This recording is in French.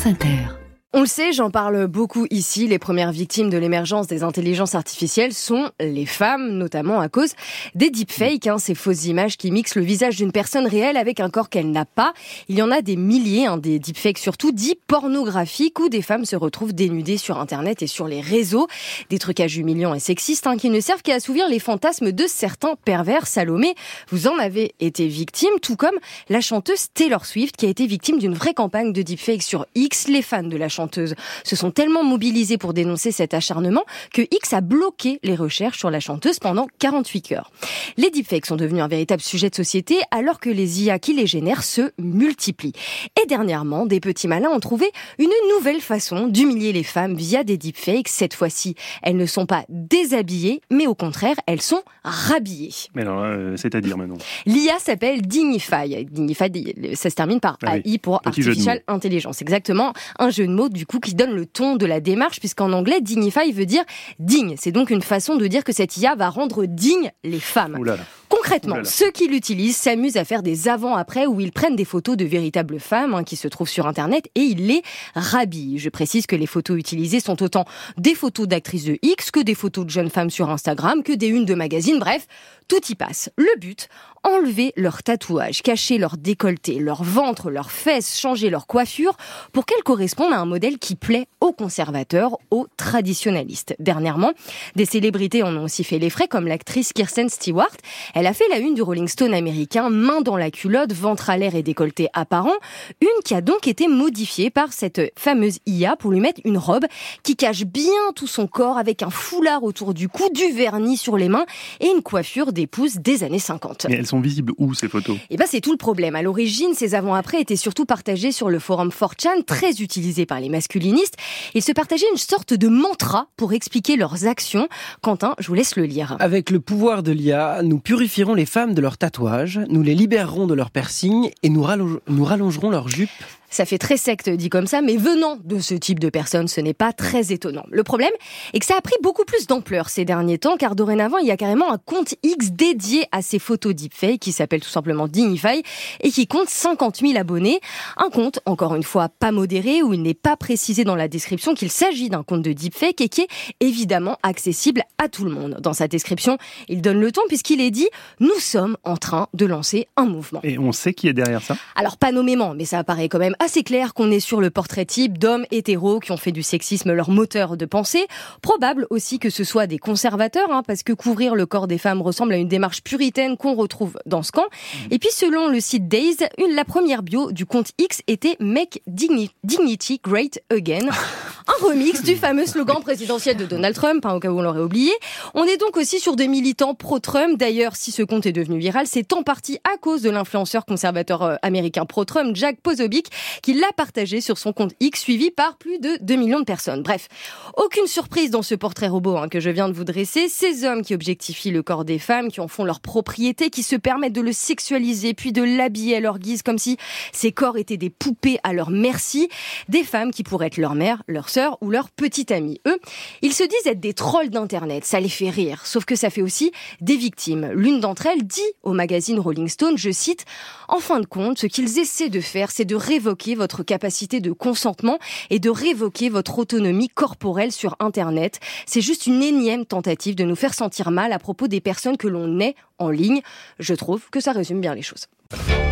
France Inter. On le sait, j'en parle beaucoup ici, les premières victimes de l'émergence des intelligences artificielles sont les femmes, notamment à cause des deepfakes, ces fausses images qui mixent le visage d'une personne réelle avec un corps qu'elle n'a pas. Il y en a des milliers, des deepfakes surtout dits pornographiques, où des femmes se retrouvent dénudées sur Internet et sur les réseaux. Des trucages humiliants et sexistes qui ne servent qu'à assouvir les fantasmes de certains pervers. Salomé, vous en avez été victime, tout comme la chanteuse Taylor Swift qui a été victime d'une vraie campagne de deepfakes sur X. Les fans de la chanteuse se sont tellement mobilisés pour dénoncer cet acharnement que X a bloqué les recherches sur la chanteuse pendant 48 heures. Les deepfakes sont devenus un véritable sujet de société alors que les IA qui les génèrent se multiplient. Et dernièrement, des petits malins ont trouvé une nouvelle façon d'humilier les femmes via des deepfakes. Cette fois-ci, elles ne sont pas déshabillées, mais au contraire, elles sont rhabillées. Mais alors, c'est-à-dire maintenant ? L'IA s'appelle Dignify. Dignify, ça se termine par AI pour Artificial Intelligence. Exactement, un jeu de mots du coup qui donne le ton de la démarche, puisqu'en anglais Dignify veut dire digne. C'est donc une façon de dire que cette IA va rendre dignes les femmes. Oulala. Concrètement, ceux qui l'utilisent s'amusent à faire des avant-après où ils prennent des photos de véritables femmes qui se trouvent sur Internet et ils les rhabillent. Je précise que les photos utilisées sont autant des photos d'actrices de X que des photos de jeunes femmes sur Instagram, que des unes de magazines, bref, tout y passe. Le but, enlever leurs tatouages, cacher leur décolleté, leur ventre, leurs fesses, changer leur coiffure pour qu'elles correspondent à un modèle qui plaît aux conservateurs, aux traditionalistes. Dernièrement, des célébrités en ont aussi fait les frais, comme l'actrice Kristen Stewart. Elle a fait la une du Rolling Stone américain, main dans la culotte, ventre à l'air et décolleté apparent. Une qui a donc été modifiée par cette fameuse IA pour lui mettre une robe qui cache bien tout son corps avec un foulard autour du cou, du vernis sur les mains et une coiffure d'épouse des années 50. Mais elles sont visibles où, ces photos ? C'est tout le problème. À l'origine, ces avant-après étaient surtout partagés sur le forum 4chan, très utilisé par les masculinistes. Ils se partageaient une sorte de mantra pour expliquer leurs actions. Quentin, je vous laisse le lire. Avec le pouvoir de l'IA, nous purifierons les femmes de leurs tatouages, nous les libérerons de leurs piercings et nous rallongerons leurs jupes. Ça fait très secte dit comme ça, mais venant de ce type de personnes, ce n'est pas très étonnant. Le problème est que ça a pris beaucoup plus d'ampleur ces derniers temps, car dorénavant, il y a carrément un compte X dédié à ces photos deepfake qui s'appelle tout simplement Dignify et qui compte 50 000 abonnés. Un compte, encore une fois, pas modéré, où il n'est pas précisé dans la description qu'il s'agit d'un compte de deepfake et qui est évidemment accessible à tout le monde. Dans sa description, il donne le ton puisqu'il est dit « Nous sommes en train de lancer un mouvement ». Et on sait qui est derrière ça ? Alors pas nommément, mais ça apparaît quand même assez clair qu'on est sur le portrait type d'hommes hétéros qui ont fait du sexisme leur moteur de pensée. Probable aussi que ce soit des conservateurs, parce que couvrir le corps des femmes ressemble à une démarche puritaine qu'on retrouve dans ce camp. Et puis selon le site Days, la première bio du compte X était « Make Dignity Great Again ». Un remix du fameux slogan présidentiel de Donald Trump, au cas où on l'aurait oublié. On est donc aussi sur des militants pro-Trump. D'ailleurs, si ce compte est devenu viral, c'est en partie à cause de l'influenceur conservateur américain pro-Trump, Jack Posobiec, qui l'a partagé sur son compte X, suivi par plus de 2 millions de personnes. Bref, aucune surprise dans ce portrait robot que je viens de vous dresser. Ces hommes qui objectifient le corps des femmes, qui en font leur propriété, qui se permettent de le sexualiser, puis de l'habiller à leur guise, comme si ces corps étaient des poupées à leur merci. Des femmes qui pourraient être leur mère, leur sœur ou leur petite amie. Eux, ils se disent être des trolls d'internet, ça les fait rire, sauf que ça fait aussi des victimes. L'une d'entre elles dit au magazine Rolling Stone, je cite, « En fin de compte, ce qu'ils essaient de faire, c'est de révoquer votre capacité de consentement et de révoquer votre autonomie corporelle sur Internet. C'est juste une énième tentative de nous faire sentir mal à propos des personnes que l'on est en ligne. » Je trouve que ça résume bien les choses.